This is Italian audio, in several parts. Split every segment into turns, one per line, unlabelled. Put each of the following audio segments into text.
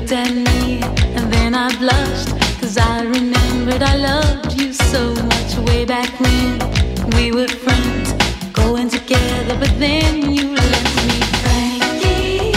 looked at me and then I blushed, 'cause I remembered I loved you so much way back when we were friends, going together, but then you left me. Frankie,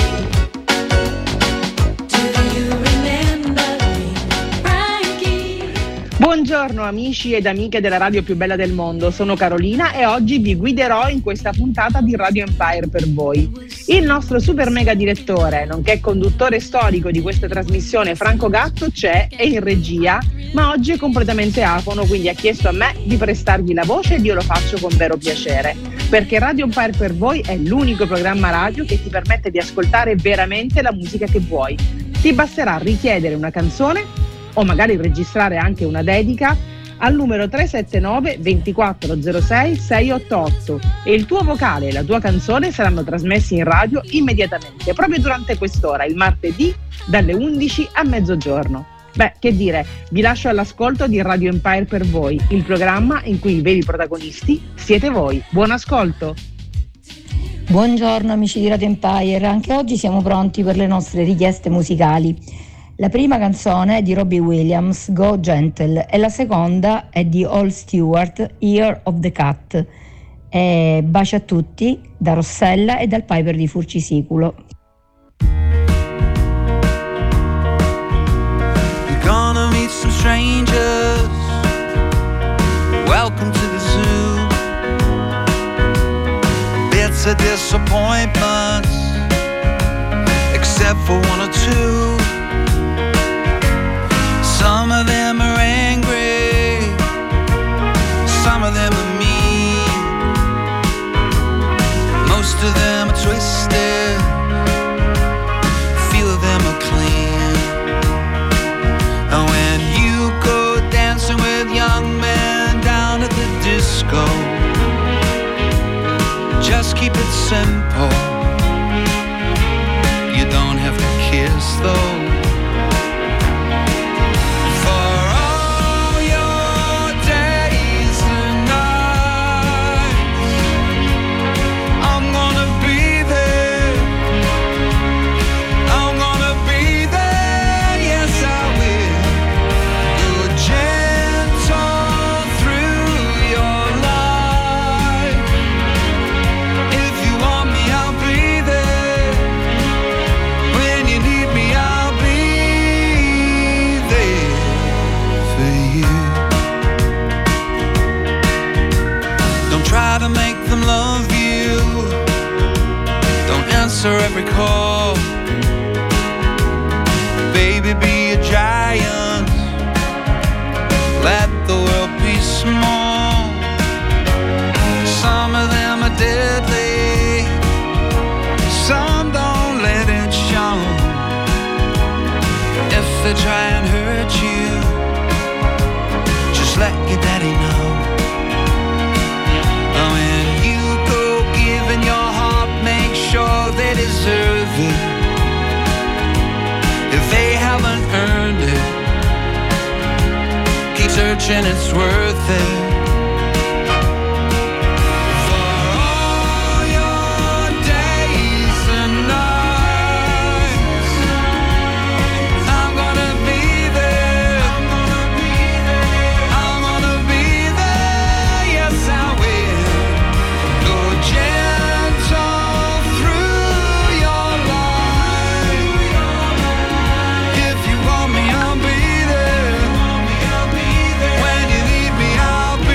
do you remember me? Frankie.
Buongiorno amici ed amiche della radio più bella del mondo, sono Carolina e oggi vi guiderò in questa puntata di Radio Empire per voi. Il nostro super mega direttore, nonché conduttore storico di questa trasmissione, Franco Gatto, c'è, è in regia, ma oggi è completamente afono, quindi ha chiesto a me di prestargli la voce ed io lo faccio con vero piacere, perché Radio Empire per voi è l'unico programma radio che ti permette di ascoltare veramente la musica che vuoi. Ti basterà richiedere una canzone o magari registrare anche una dedica al numero 379 2406 688 e il tuo vocale e la tua canzone saranno trasmessi in radio immediatamente, proprio durante quest'ora, il martedì dalle 11 a mezzogiorno. Beh, che dire, vi lascio all'ascolto di Radio Empire per voi, il programma in cui i veri protagonisti siete voi. Buon ascolto!
Buongiorno amici di Radio Empire, anche oggi siamo pronti per le nostre richieste musicali. La prima canzone è di Robbie Williams, Go Gentle, e la seconda è di Al Stewart, Year of the Cat. E baci a tutti da Rossella e dal Piper di Furcisiculo.
You're gonna meet some strangers. Welcome to the zoo. Bits of disappointments, except for one or two. Some of them are angry, some of them are mean, most of them are twisted, few of them are clean. And when you go dancing with young men down at the disco, just keep it simple. You don't have to kiss though. To make them love you, don't answer every call. Baby, be a giant, let the world be small. Some of them are deadly, some don't let it show. If they try and hurt you, just let your daddy know. When you go giving your heart, make sure they deserve it. If they haven't earned it, keep searching, it's worth it. When you need me, I'll be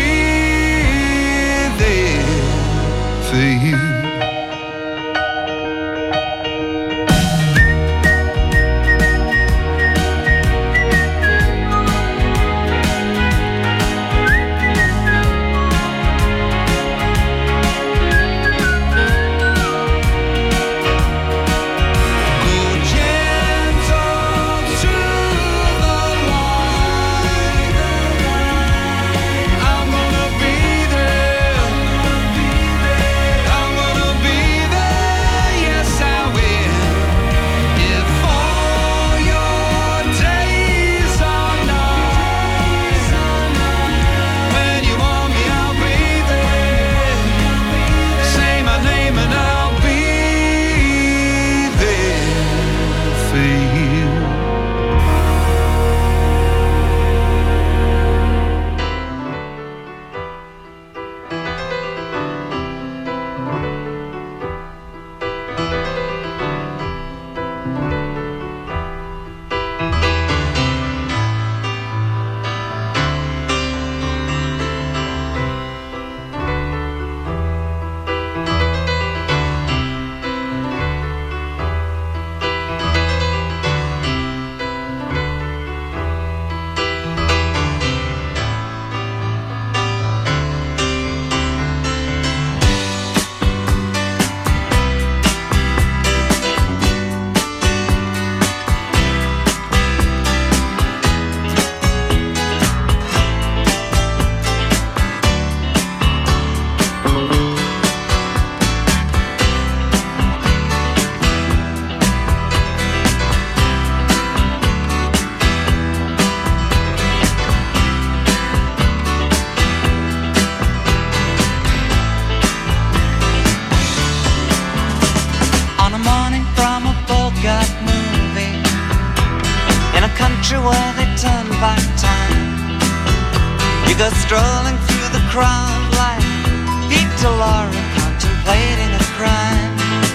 feel-good movie in a country where they turn back time. You go strolling through the crowd like Peter Lorre contemplating a crime.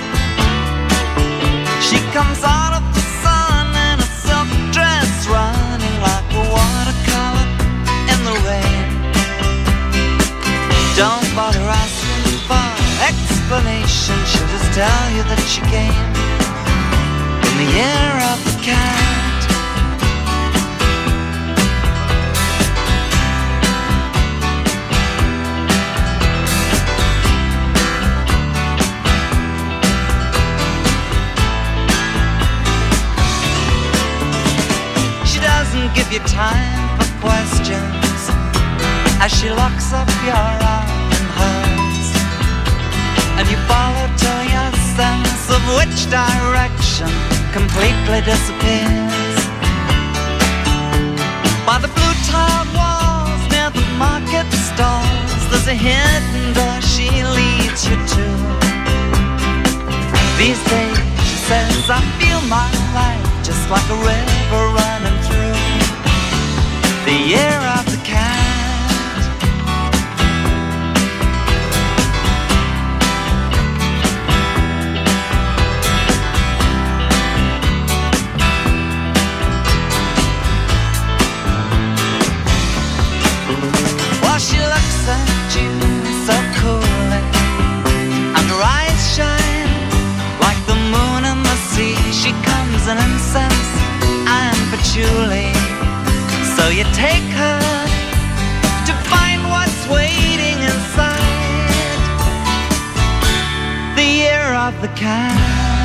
She comes out of the sun in a silk dress, running like a watercolor in the rain. Don't bother asking for explanation, she'll just tell you that she came in the year of the cat. She doesn't give you time for questions as she locks up your arm in hers, and you follow till your sense of which direction completely disappears. By the blue tiled walls near the market stalls, there's a hidden door she leads you to. These days, she says, I feel my life just like a river running through the year of the cat. She looks at you so coolly, and her eyes shine like the moon and the sea. She comes in incense and patchouli, so you take her to find what's waiting inside the year of the cat.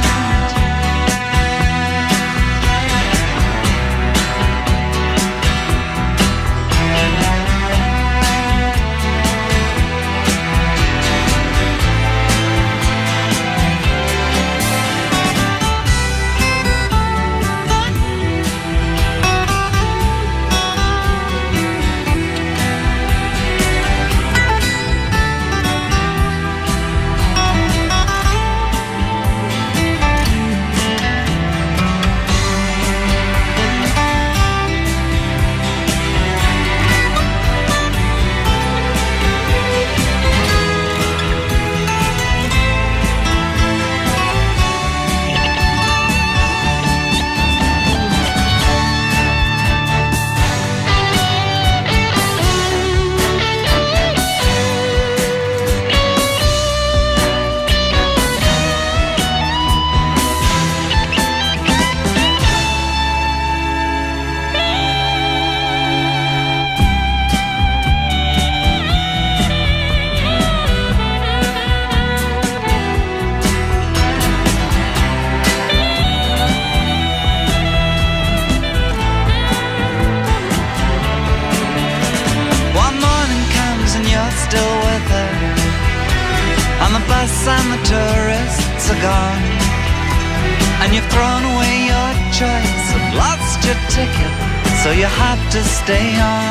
And the tourists are gone, and you've thrown away your choice and lost your ticket, so you have to stay on.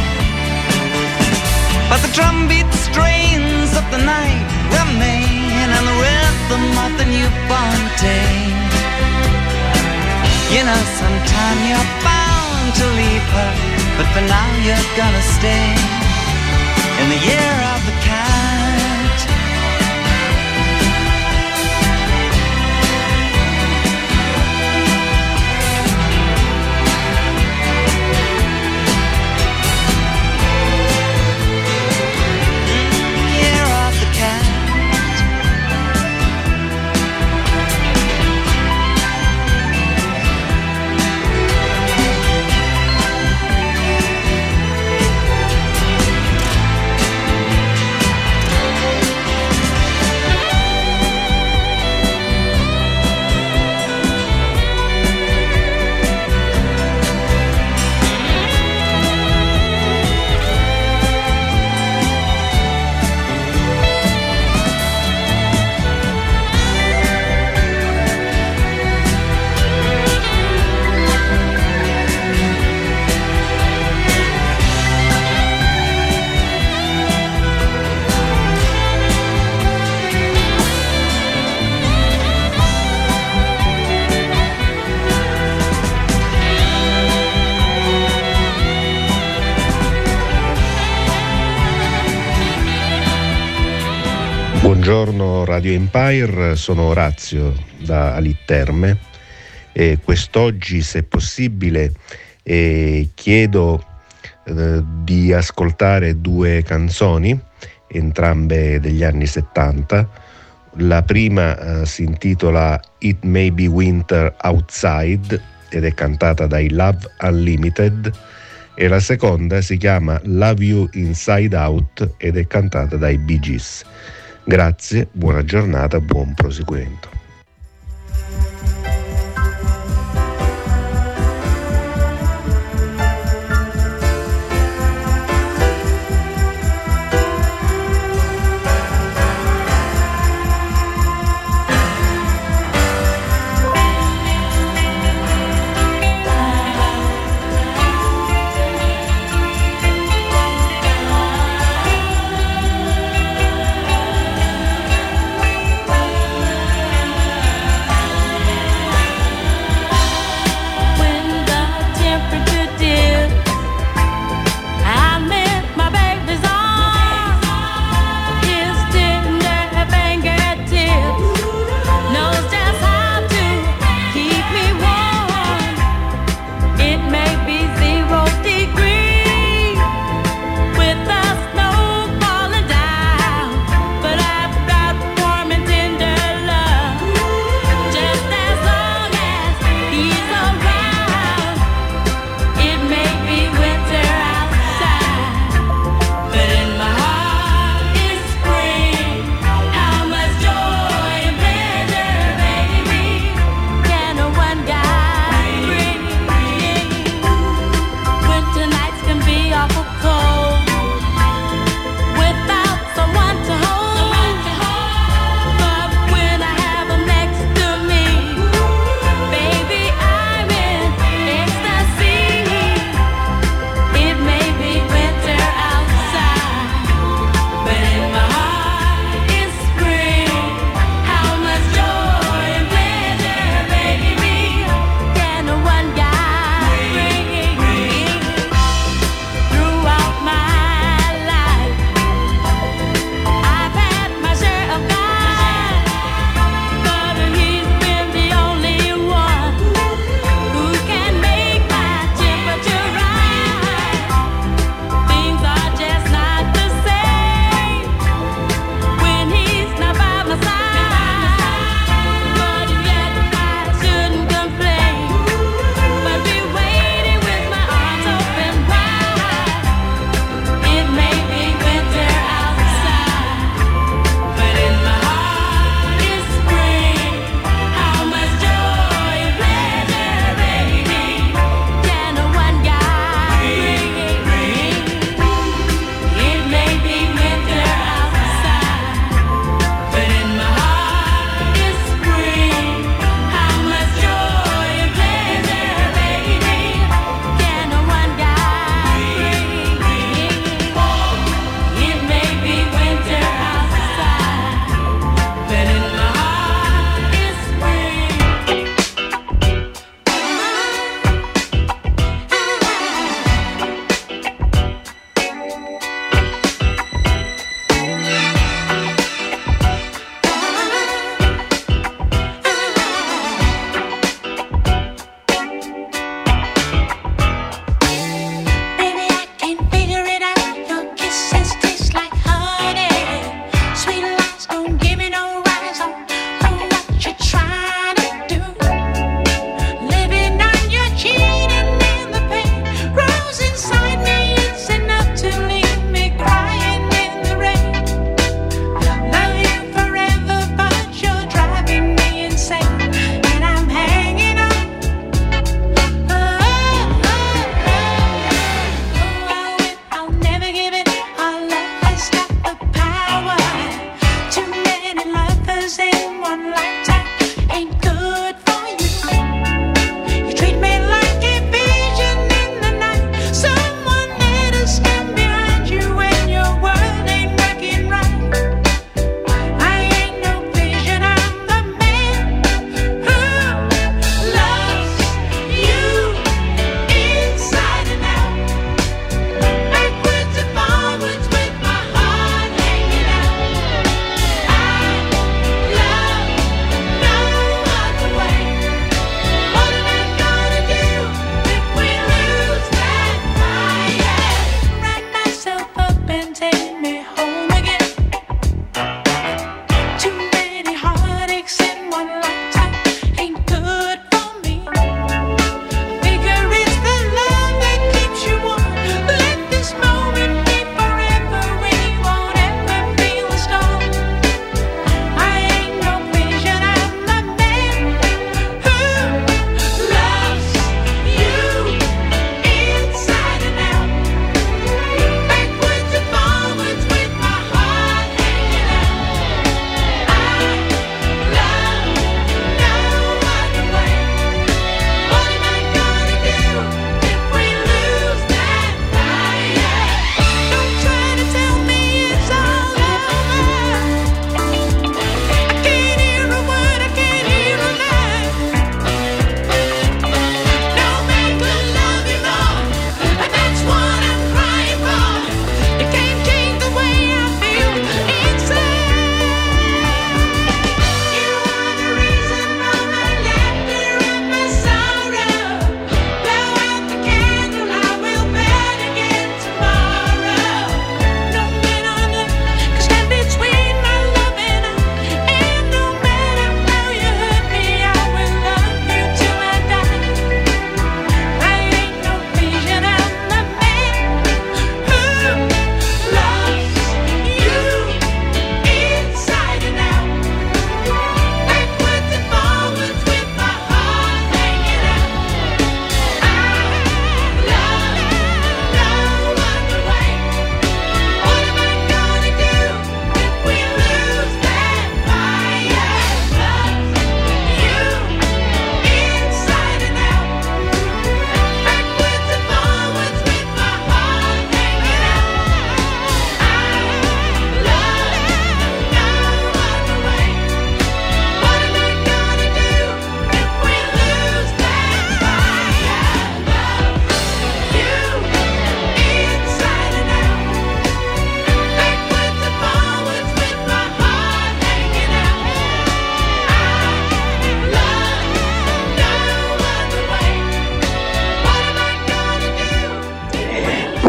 But the drumbeat strains of the night remain, and the rhythm of the newborn day. You know sometime you're bound to leave her, but for now you're gonna stay in the year of the cat.
Buongiorno Radio Empire, sono Orazio da Alitterme e quest'oggi, se possibile, chiedo di ascoltare due canzoni, entrambe degli anni 70. La prima si intitola It May Be Winter Outside ed è cantata dai Love Unlimited, e la seconda si chiama Love You Inside Out ed è cantata dai Bee Gees. Grazie, buona giornata, buon proseguimento.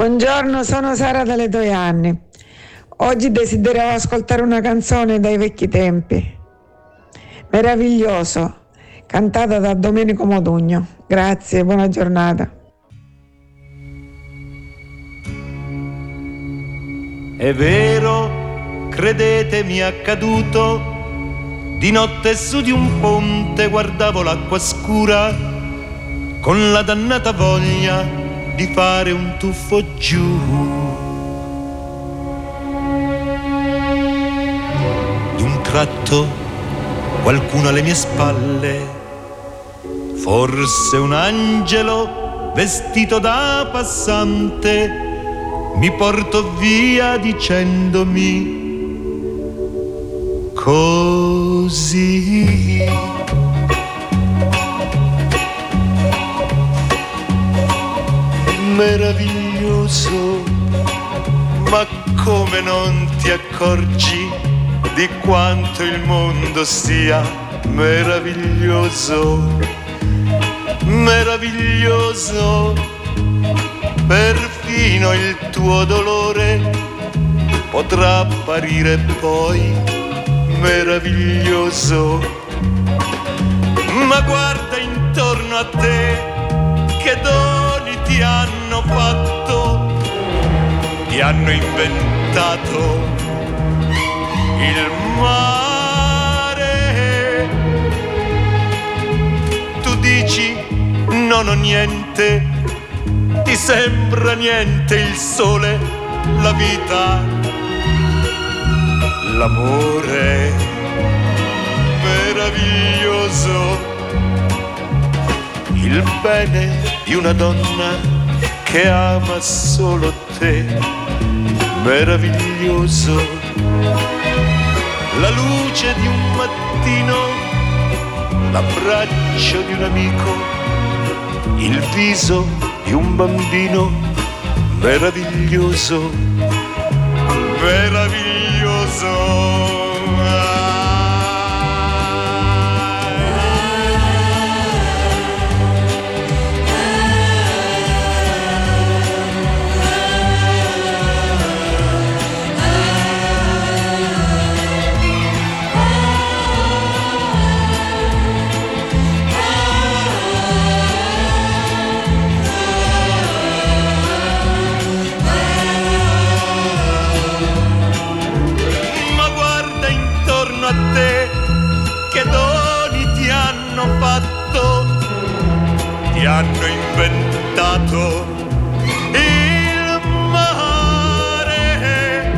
Buongiorno, sono Sara dalle Toianni. Oggi desideravo ascoltare una canzone dai vecchi tempi. Meraviglioso, cantata da Domenico Modugno. Grazie, buona giornata.
È vero, credetemi, è accaduto. Di notte su di un ponte guardavo l'acqua scura, con la dannata voglia di fare un tuffo giù. D'un tratto qualcuno alle mie spalle, forse un angelo vestito da passante, mi portò via dicendomi così. Meraviglioso, ma come non ti accorgi di quanto il mondo sia meraviglioso, meraviglioso, perfino il tuo dolore potrà apparire poi meraviglioso. Ma guarda intorno a te, che doni ti hanno fatto, ti hanno inventato il mare. Tu dici non ho niente, ti sembra niente il sole, la vita, l'amore meraviglioso, il bene di una donna che ama solo te, meraviglioso, la luce di un mattino, l'abbraccio di un amico, il viso di un bambino, meraviglioso, meraviglioso. Ti hanno inventato il mare.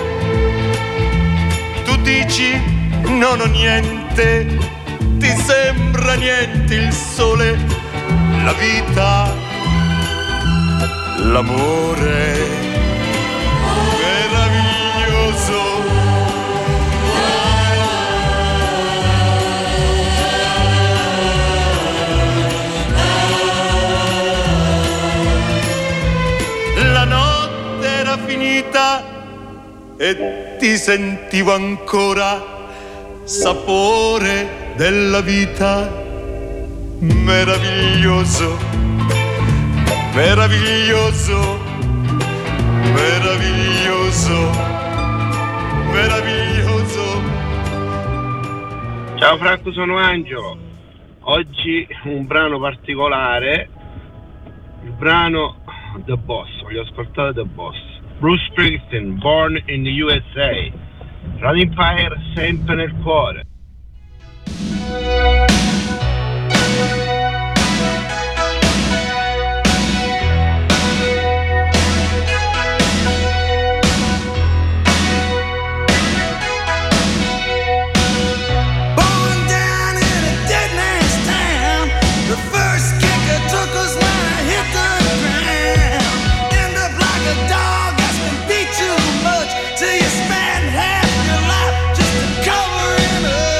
Tu dici non ho niente, ti sembra niente il sole, la vita, l'amore meraviglioso. Finita e ti sentivo ancora sapore della vita, meraviglioso, meraviglioso, meraviglioso, meraviglioso.
Ciao Franco, sono Angelo. Oggi un brano particolare, il brano The Boss, voglio ascoltare The Boss. Bruce Springsteen, Born in the USA. Radio Empire sempre nel cuore.
Till you spend half your life just to cover it up.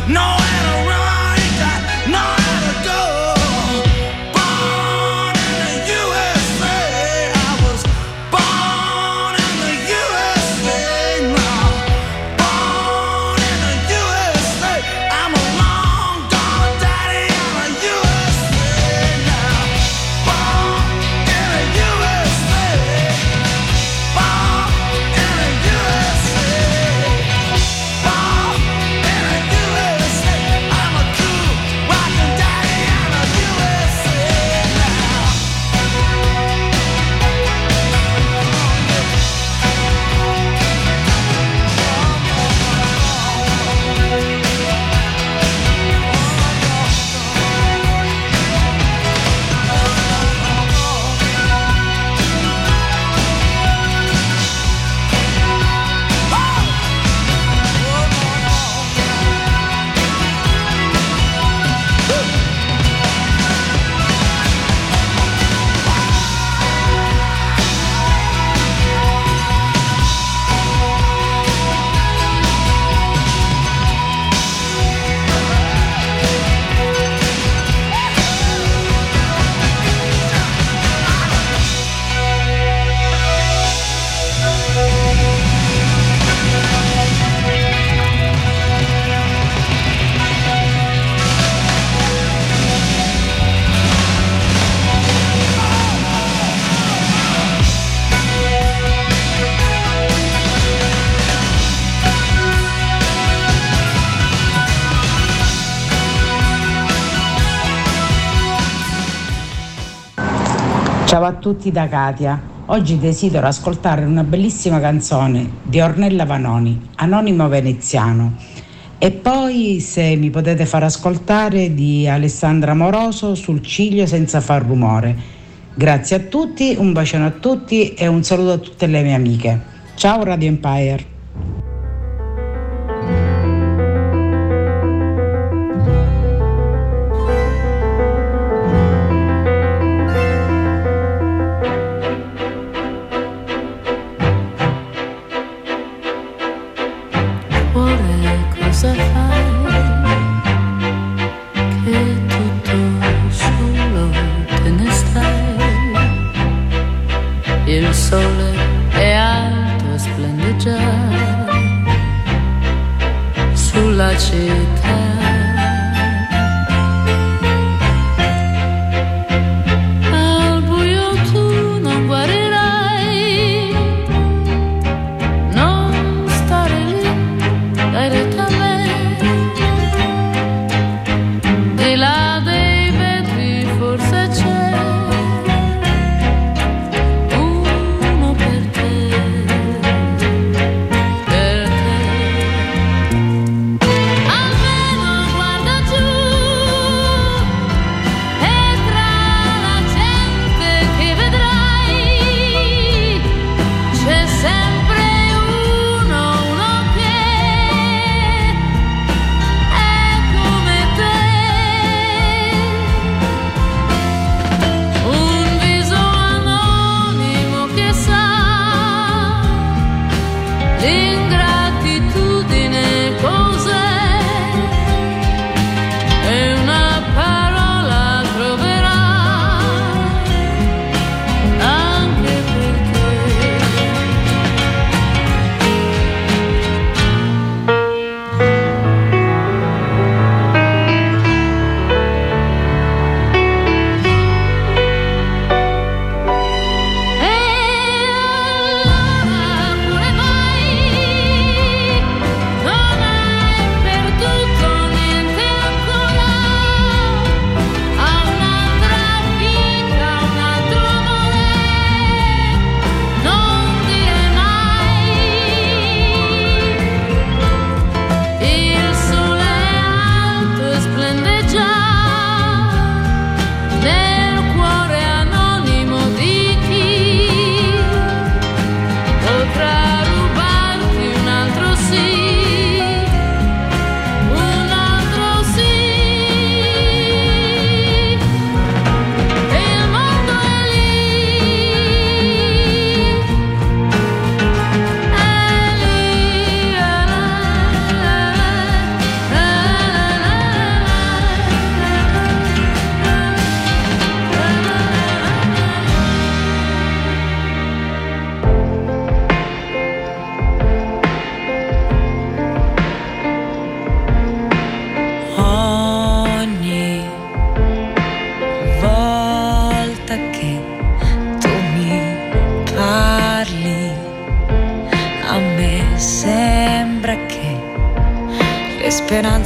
nowhere to run, ain't got nowhere to go. Born in the USA, I was born in the USA now. Born in the USA, I'm a long gone daddy in the USA now. Born in the USA, born in the USA, born in the USA, I'm a cool rockin' daddy in the USA now.
Ciao a tutti da Katia. Oggi desidero ascoltare una bellissima canzone di Ornella Vanoni, Anonimo Veneziano. E poi, se mi potete far ascoltare, di Alessandra Moroso, Sul ciglio senza far rumore. Grazie a tutti, un bacione a tutti e un saluto a tutte le mie amiche. Ciao Radio Empire.
Cuore, cosa fai? Che tutto solo te ne stai. Il sole è alto e splende già sulla città. Al buio tu non guarirai, non stare lì, dai retta a me. Di là dei vetri forse c'è uno per te, per te. Almeno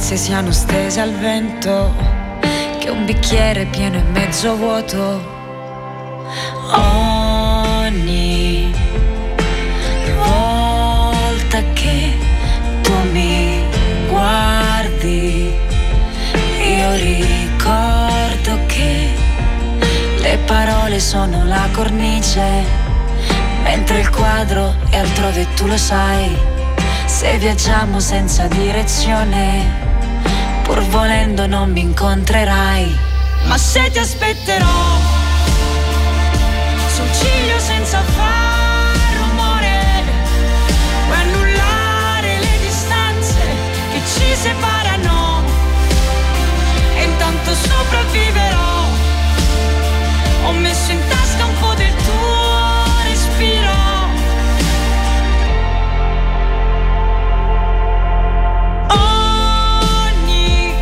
notizie siano stese al vento, che un bicchiere pieno e mezzo vuoto. Ogni volta che tu mi guardi, io ricordo che le parole sono la cornice, mentre il quadro è altrove e tu lo sai. Se viaggiamo senza direzione, pur volendo non mi incontrerai. Ma se ti aspetterò sul ciglio senza far rumore, puoi annullare le distanze che ci separano, e intanto sopravviverò. Ho messo in tasca un po' del tuo respiro. Ogni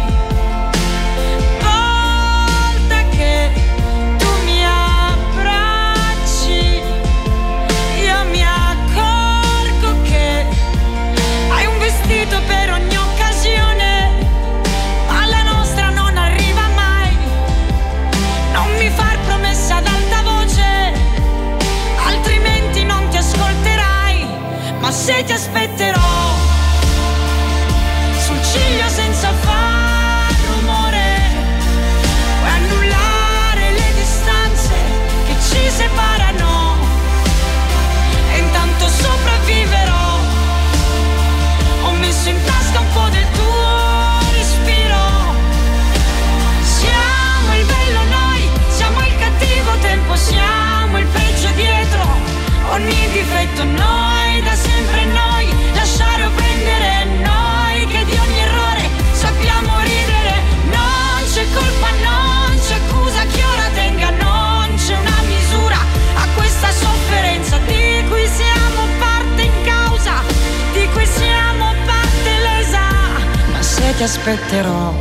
volta che tu mi abbracci, io mi accorgo che hai un vestito per ogni occasione, ma la nostra non arriva mai. Non mi far promessa ad alta voce, altrimenti non ti ascolterai. Ma se ti aspetterò sul ciglio senza far rumore, puoi annullare le distanze che ci separano, e intanto sopravviverò. Ho messo in tasca un po' del tuo respiro. Siamo il bello noi, siamo il cattivo tempo, siamo il peggio dietro ogni difetto, noi da sempre noi, lasciare o prendere noi, che di ogni errore sappiamo ridere. Non c'è colpa, non c'è accusa che ora tenga, non c'è una misura a questa sofferenza di cui siamo parte in causa, di cui siamo parte lesa. Ma se ti aspetterò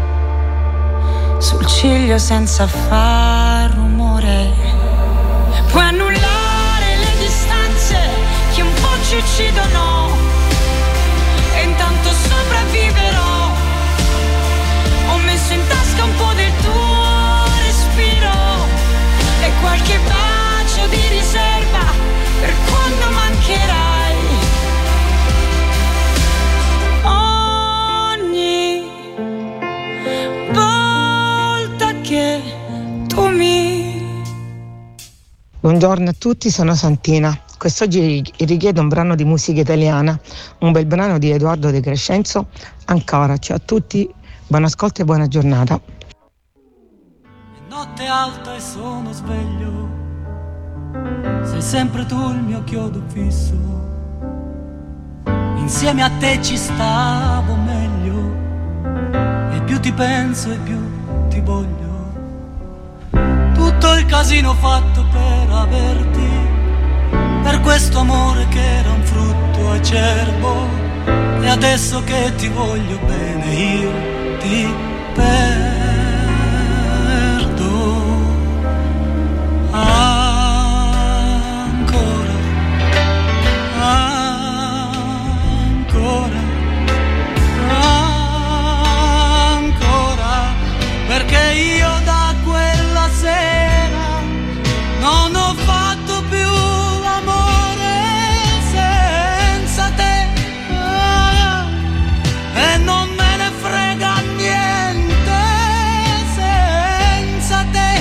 sul ciglio senza far rumore, puoi annullare le distanze che un po' ci uccidono, e intanto sopravviverò. Ho messo in tasca un po' del tuo respiro e qualche bacio di riserva per quando mancherai. Ogni volta che tu mi...
Buongiorno a tutti, sono Santina. Quest'oggi richiedo un brano di musica italiana, un bel brano di Edoardo De Crescenzo, Ancora. Ciao a tutti, buon ascolto e buona giornata.
Notte alta e sono sveglio, sei sempre tu il mio chiodo fisso, insieme a te ci stavo meglio, e più ti penso e più ti voglio. Tutto il casino fatto per averti, per questo amore che era un frutto acerbo, e adesso che ti voglio bene io ti perdo. Ancora, ancora, ancora, perché io da quella sera non ho fatto più l'amore senza te, e non me ne frega niente senza te,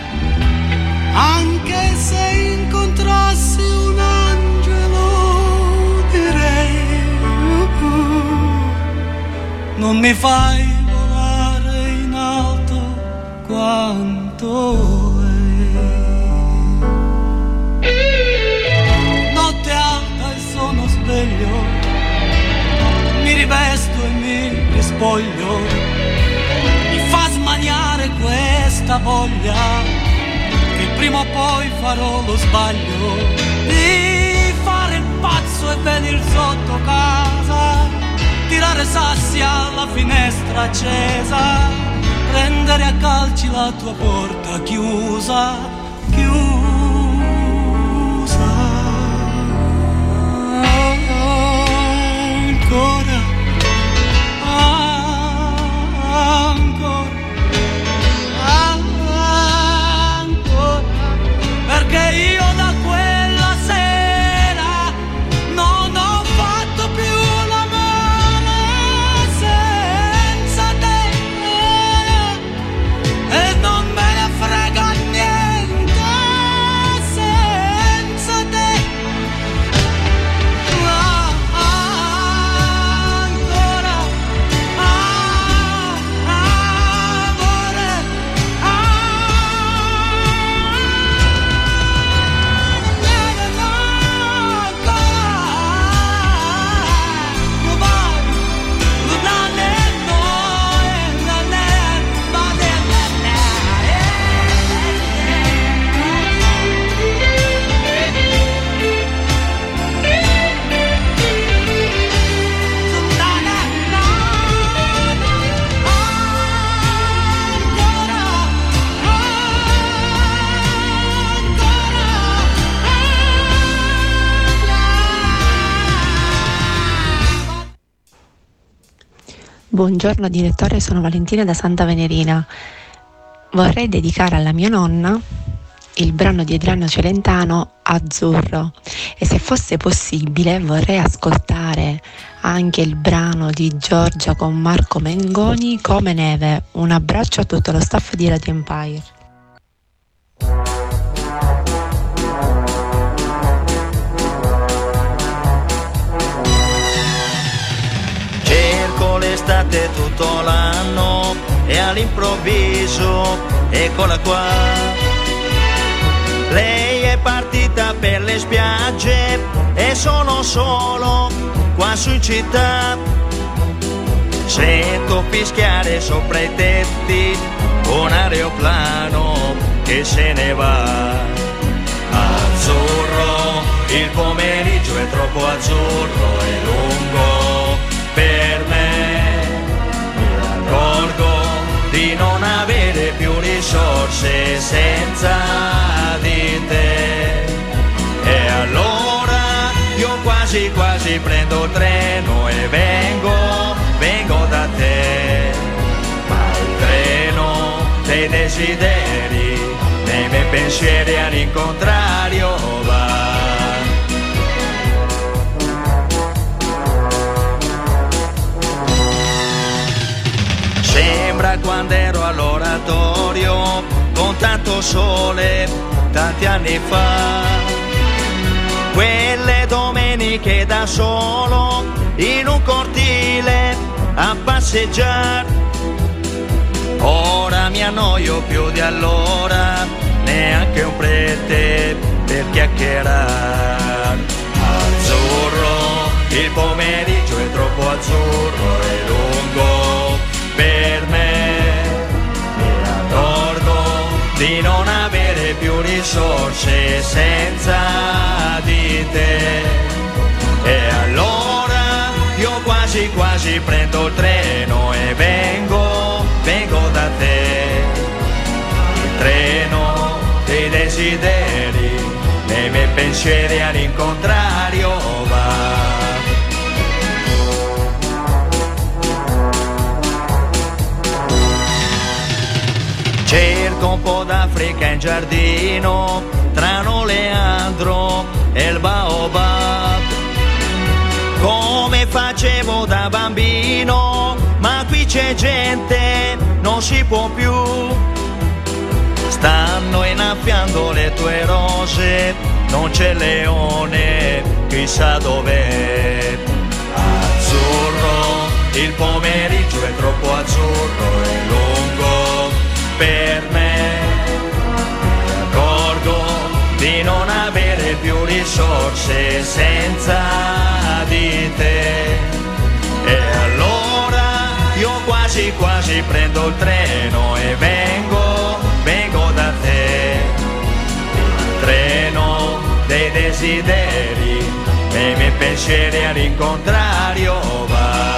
anche se incontrassi un angelo direi non mi fai volare in alto quanto notte alta e sono sveglio, mi rivesto e mi rispoglio, mi fa smaniare questa voglia che prima o poi farò lo sbaglio di fare il pazzo e venir sotto casa, tirare sassi alla finestra accesa, prendere a calci la tua porta chiusa, chiusa. Ancora,
Buongiorno direttore, sono Valentina da Santa Venerina. Vorrei dedicare alla mia nonna il brano di Adriano Celentano, Azzurro, e se fosse possibile vorrei ascoltare anche il brano di Giorgia con Marco Mengoni, Come Neve. Un abbraccio a tutto lo staff di Radio Empire.
Cerco l'estate tutto l'anno e all'improvviso eccola qua. Lei è partita per le spiagge e sono solo qua su in città. Sento fischiare sopra i tetti un aeroplano che se ne va. Azzurro, il pomeriggio è troppo azzurro e lungo per me. Mi accorgo di non avere più risorse senza di te. E allora io quasi quasi prendo il treno e vengo da te. Ma il treno dei desideri, nei miei pensieri all'incontrario va. Sembra quando ero all'oratorio con tanto sole tanti anni fa, quelle domeniche da solo in un cortile a passeggiare. Ora mi annoio più di allora, neanche un prete per chiacchierare. Azzurro, il pomeriggio è troppo azzurro e lungo per me. Mi accorgo di non avere più risorse senza di te. E allora io quasi quasi prendo il treno e vengo da te. Il treno dei desideri, nei miei pensieri all'incontrario va. Cerco un po' d'Africa in giardino, tra Leandro e il baobab, come facevo da bambino, ma qui c'è gente, non si può più. Stanno innaffiando le tue rose, non c'è leone, chissà dov'è. Azzurro, il pomeriggio è troppo azzurro e lungo per me. Mi accorgo di non avere più risorse senza di te. E allora io quasi quasi prendo il treno e vengo da te. Il treno dei desideri, nei miei pensieri all'incontrario va.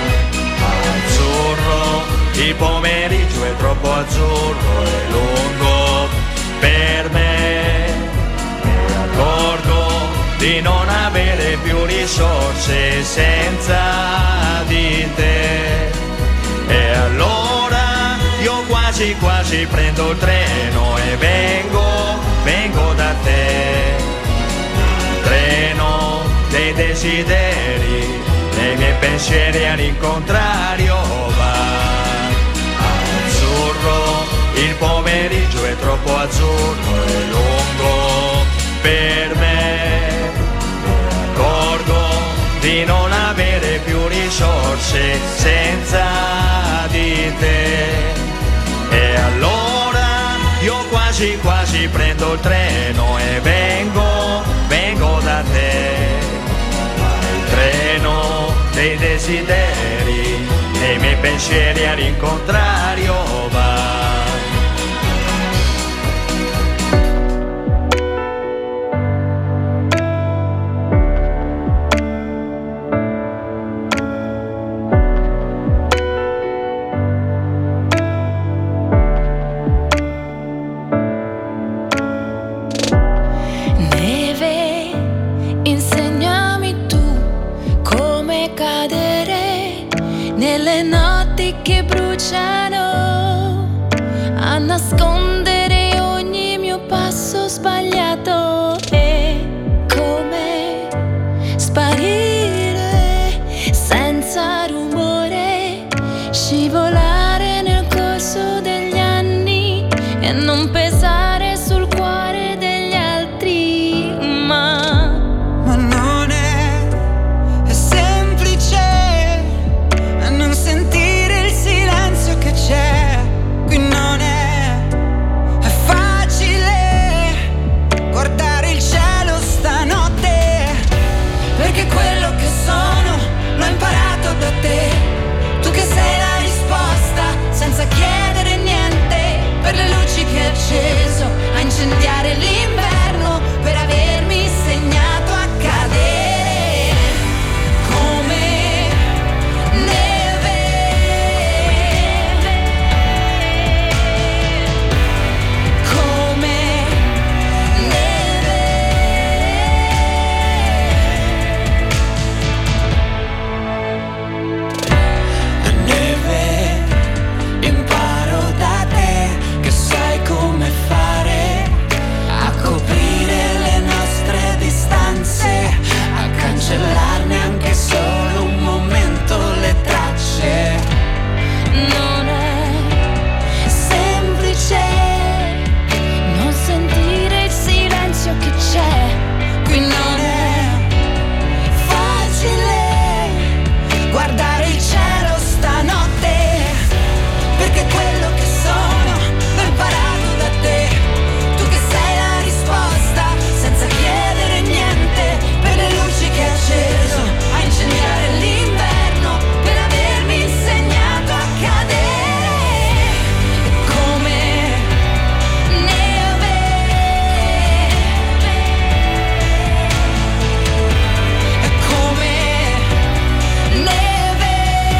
Azzurro, il pomeriggio è troppo azzurro e lungo per me. Mi accorgo di non avere più risorse senza di te. E allora io quasi quasi prendo il treno e vengo da te. Il treno dei desideri, nei miei pensieri all'incontrario va. Azzurro, il pomeriggio è troppo azzurro e lungo per me. Mi accorgo di non avere più risorse senza di te. E allora io quasi quasi prendo il treno e vengo da te. Il treno dei desideri, nei miei pensieri all'incontrario va.
Nelle notti fuochi che bruciano a nascondere ogni mio passo sbagliato. È come sparire senza rumore, scivolare nel corso degli anni e non pesare sul cuore degli altri. Ma
non è semplice non sentire il silenzio che c'è. Qui non è facile guardare il cielo stanotte, perché quello che sono l'ho imparato da te. Tu che sei la risposta senza chiedere niente, per le luci che hai acceso a incendiare l'inverno, per avermi insegnato a cadere come neve, come neve. Imparo da te che sai come fare a coprire le nostre distanze, a cancellarne anche solo un momento le tracce.
non è semplice non sentire il silenzio che c'è.
Qui non è facile guardare il cielo stanotte, perché quello che sono l'ho imparato da te. Tu che sei la risposta senza chiedere niente, per le luci che hai acceso a incendiare l'inverno, per avermi insegnato a cadere come neve, come neve.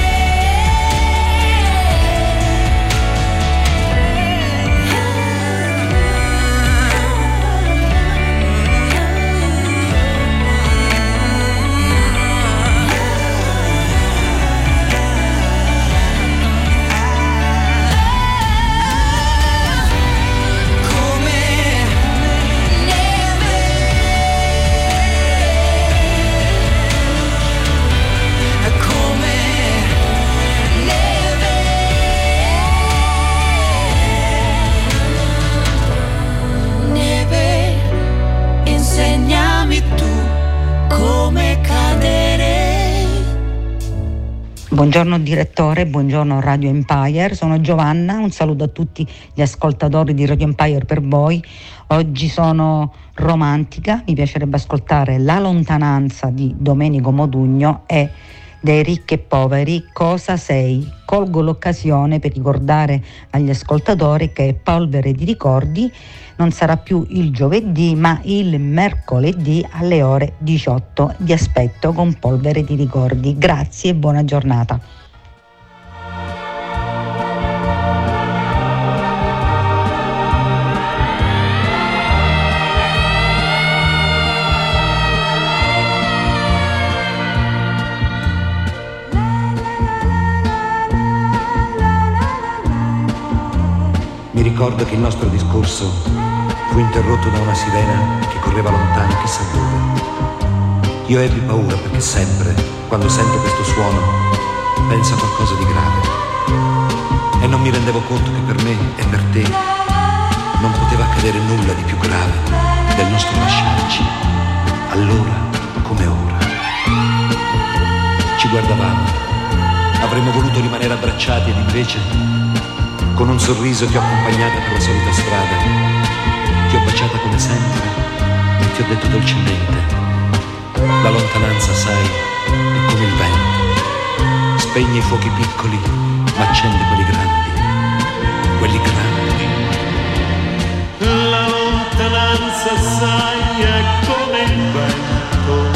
Neve, insegnami tu come cadere.
Buongiorno direttore, buongiorno Radio Empire, sono Giovanna, un saluto a tutti gli ascoltatori di Radio Empire per voi. Oggi sono romantica, mi piacerebbe ascoltare La lontananza di Domenico Modugno e Dei ricchi e poveri, Cosa sei? Colgo l'occasione per ricordare agli ascoltatori che Polvere di ricordi non sarà più il giovedì ma il mercoledì alle ore 18. Vi aspetto con Polvere di ricordi. Grazie e buona giornata.
Mi ricordo che il nostro discorso fu interrotto da una sirena che correva lontano chissà dove. Io ebbi paura perché sempre, quando sento questo suono, penso a qualcosa di grave. E non mi rendevo conto che per me e per te non poteva accadere nulla di più grave del nostro lasciarci, allora come ora. Ci guardavamo, avremmo voluto rimanere abbracciati ed invece, con un sorriso ti ho accompagnata per la solita strada, ti ho baciata come sempre e ti ho detto dolcemente: la lontananza, sai, è come il vento, spegne i fuochi piccoli ma accende quelli grandi, quelli grandi.
La lontananza, sai, è come il vento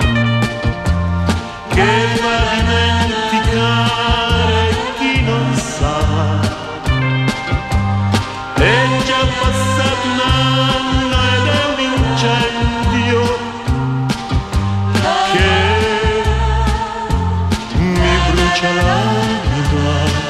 che va a dimenticare chi non sa. È già passato un anno ed è un incendio che mi brucia l'anima.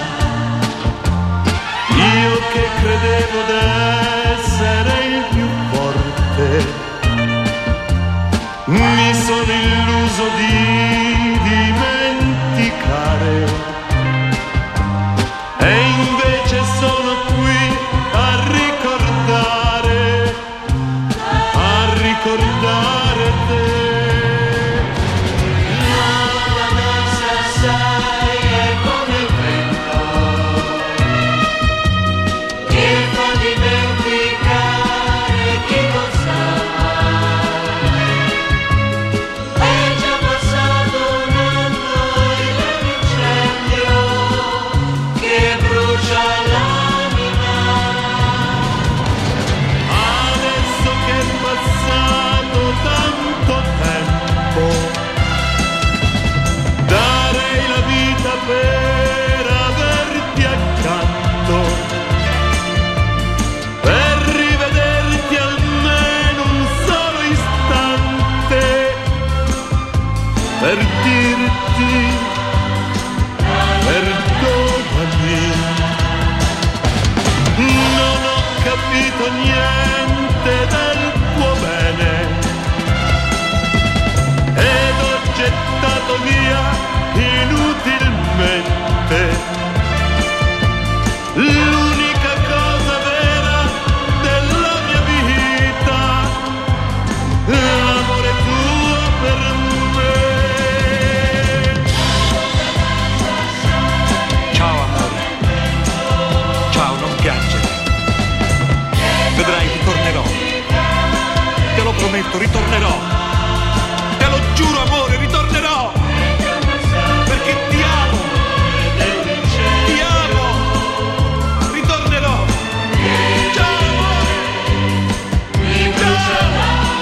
prometto, ritornerò. Te lo giuro, amore, ritornerò. Perché ti amo. Ti amo. Ritornerò. Ciao, amore. Ciao.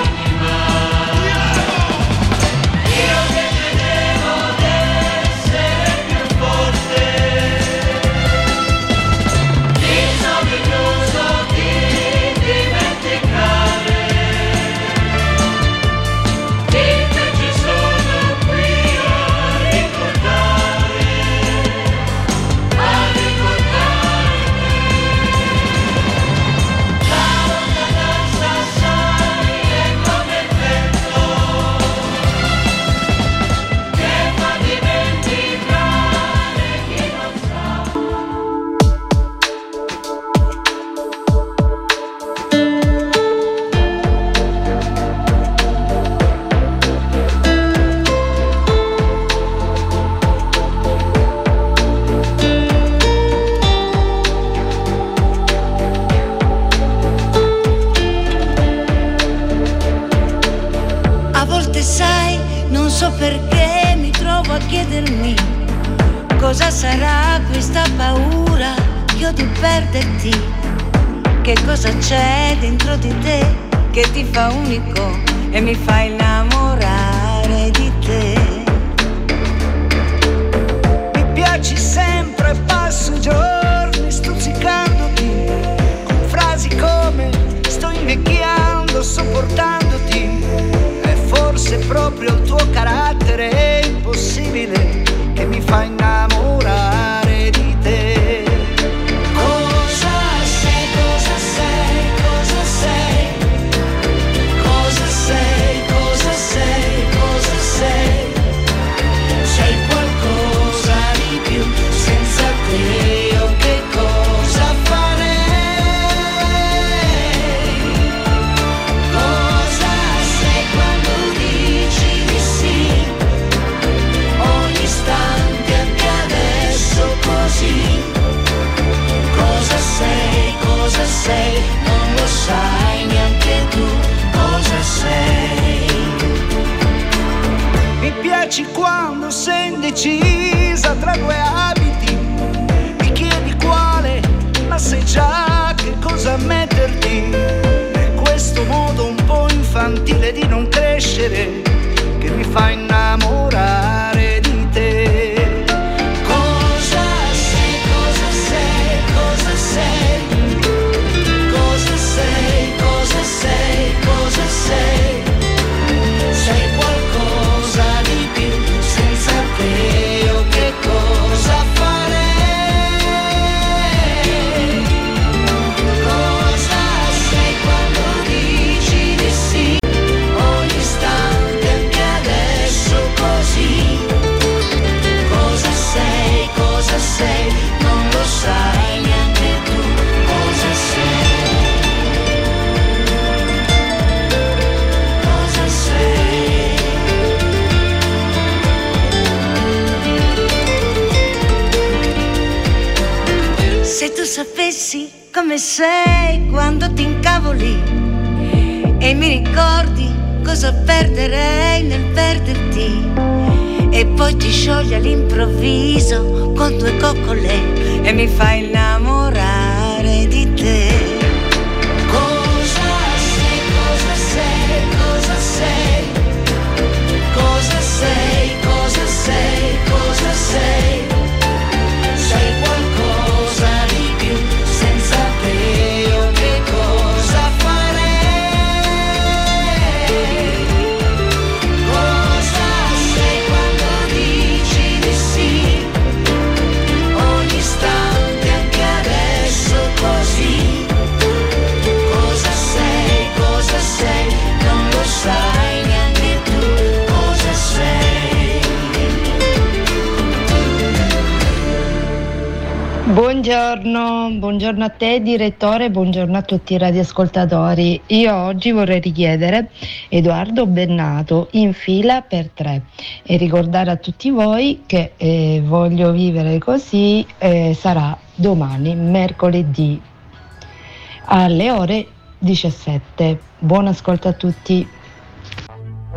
Io che credevo d'essere più forte, mi sono illuso di dimenticare. Invece sono qui a ricordare la lontananza, sai, è come il vento che fa dimenticare chi non sa.
A volte sai, non so perché mi trovo a chiedermi cosa sarà questa paura che ho di perderti. Che cosa c'è dentro di te che ti fa unico e mi fa innamorare di te.
Mi piaci sempre, passo giorni stuzzicandoti con frasi come sto invecchiando sopportandoti. È forse proprio il tuo carattere impossibile che mi fa innamorare di te. Cosa sei, cosa sei, cosa sei? Cosa sei, cosa sei, cosa sei? Sei qualcosa di più, senza te io che cosa farei? Cosa sei quando dici di sì? Ogni istante anche adesso così. Cosa sei, non lo sai neanche tu cosa sei. Mi piaci quando sei indecisa tra due abiti, mi chiedi quale, ma sai già che cosa metterti. È questo modo un po' infantile di non crescere che mi fa innamorare di te. Cosa sei, cosa sei, cosa sei? Cosa sei, cosa sei, cosa sei? Sei qualcosa di più, senza te io che cosa farei? Cosa sei quando dici di sì? Ogni istante anche adesso così. Cosa sei, non lo sai neanche tu cosa sei. Cosa sei? Se tu sapessi come sei quando ti incavoli e mi ricordi cosa perderei nel perderti, e poi ti sciogli all'improvviso con due coccole e mi fai innamorare di te. Cosa sei, cosa sei, cosa sei? Cosa sei, cosa sei, cosa sei? Sei qualcosa di più, senza te io che cosa farei? Cosa sei quando dici di sì? Ogni istante anche adesso così. Cosa sei, non lo sai neanche tu cosa sei.
Buongiorno a te direttore, buongiorno a tutti i radioascoltatori. Io oggi vorrei richiedere Edoardo Bennato, In fila per tre, e ricordare a tutti voi che Voglio vivere così sarà domani, mercoledì, alle ore 17. Buon ascolto a tutti.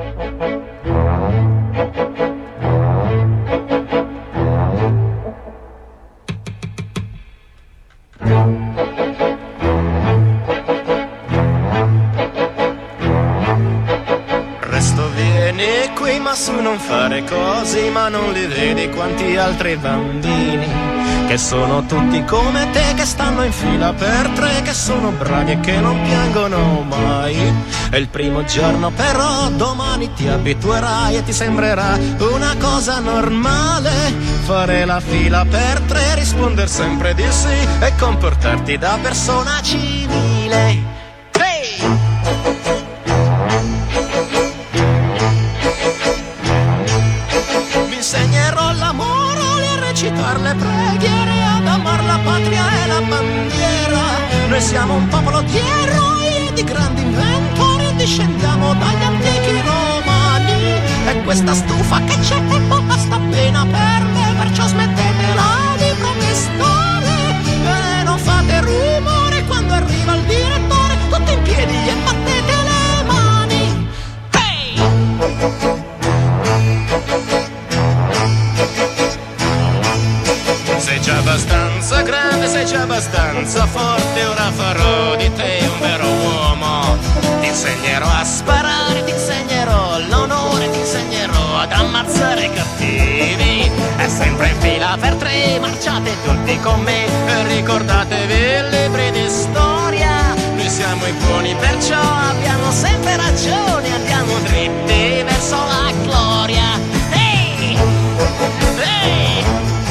Resto, vieni qui, ma su non fare così, ma non li vedi quanti altri bambini che sono tutti come te, che stanno in fila per tre, che sono bravi e che non piangono mai. È il primo giorno però domani ti abituerai e ti sembrerà una cosa normale fare la fila per tre, risponder sempre di sì e comportarti da persona civile. Hey! Mi insegnerò l'amore, a recitare le preghiere, ad amar la patria e la bandiera. Noi siamo un popolo di eroi e di grandi inventori, discendiamo dagli antichi romani. E questa stufa che c'è basta appena per me, perciò smettetela di protestare e non fate rumore quando arriva il direttore. Tutti in piedi e battete le mani. Hey! Sei già abbastanza grande, sei già abbastanza forte, ora farò di te un vero uomo. Ti insegnerò a sparare, ti insegnerò l'onore, ti insegnerò ad ammazzare i cattivi. È sempre in fila per tre, marciate tutti con me e ricordatevi i libri di storia. Noi siamo i buoni, perciò abbiamo sempre ragione, andiamo dritti verso la gloria. Ehi! Ehi!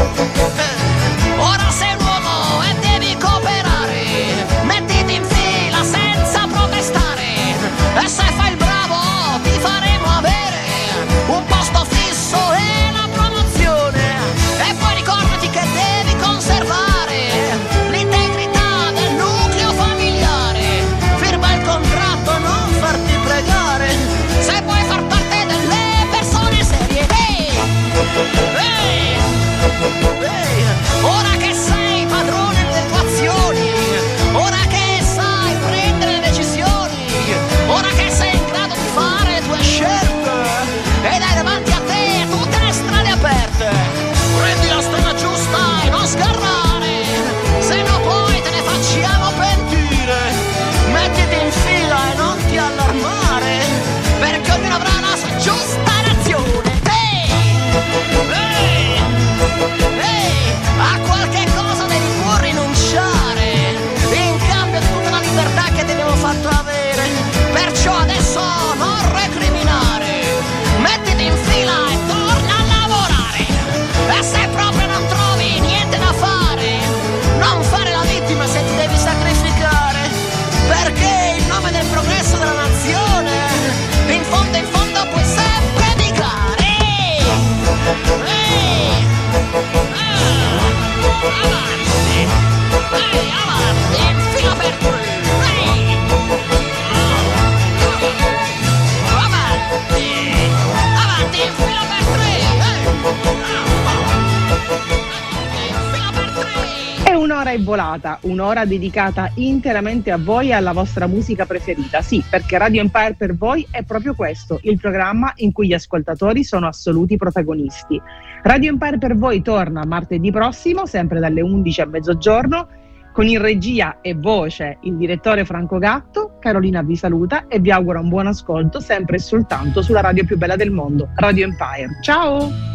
Ora sei un uomo e devi cooperare, mettiti in fila senza protestare, e se fai il bravo ti faremo avere un posto fisso e la promozione. E poi ricordati che devi conservare l'integrità del nucleo familiare, firma il contratto e non farti pregare, se vuoi far parte delle persone serie. Ora che sei padrone delle tue azioni, ora che sai prendere le decisioni, ora che sei in grado di fare le tue scelte ed hai davanti a te tutte le strade aperte, prendi la strada giusta e non sgarrare, se no poi te ne facciamo pentire. Mettiti in fila e non ti allarmare, perché ognuno avrà la sua giusta nazione. A qualche cosa devi pur rinunciare in cambio di tutta la libertà che ti abbiamo fatto avere, perciò adesso non recriminare, mettiti in fila e torna a lavorare. E se proprio non trovi niente da fare, non fare la vittima se ti devi sacrificare, perché in nome del progresso della nazione in fondo puoi sempre dedicare. Avanti, in fila per tre. Avanti, in fila per tre.
E un'ora è volata, un'ora dedicata interamente a voi e alla vostra musica preferita. Sì, perché Radio Empire per voi è proprio questo, il programma in cui gli ascoltatori sono assoluti protagonisti. Radio Empire per voi torna martedì prossimo, sempre dalle 11 a mezzogiorno, con in regia e voce il direttore Franco Gatto. Carolina vi saluta e vi augura un buon ascolto sempre e soltanto sulla radio più bella del mondo, Radio Empire. Ciao!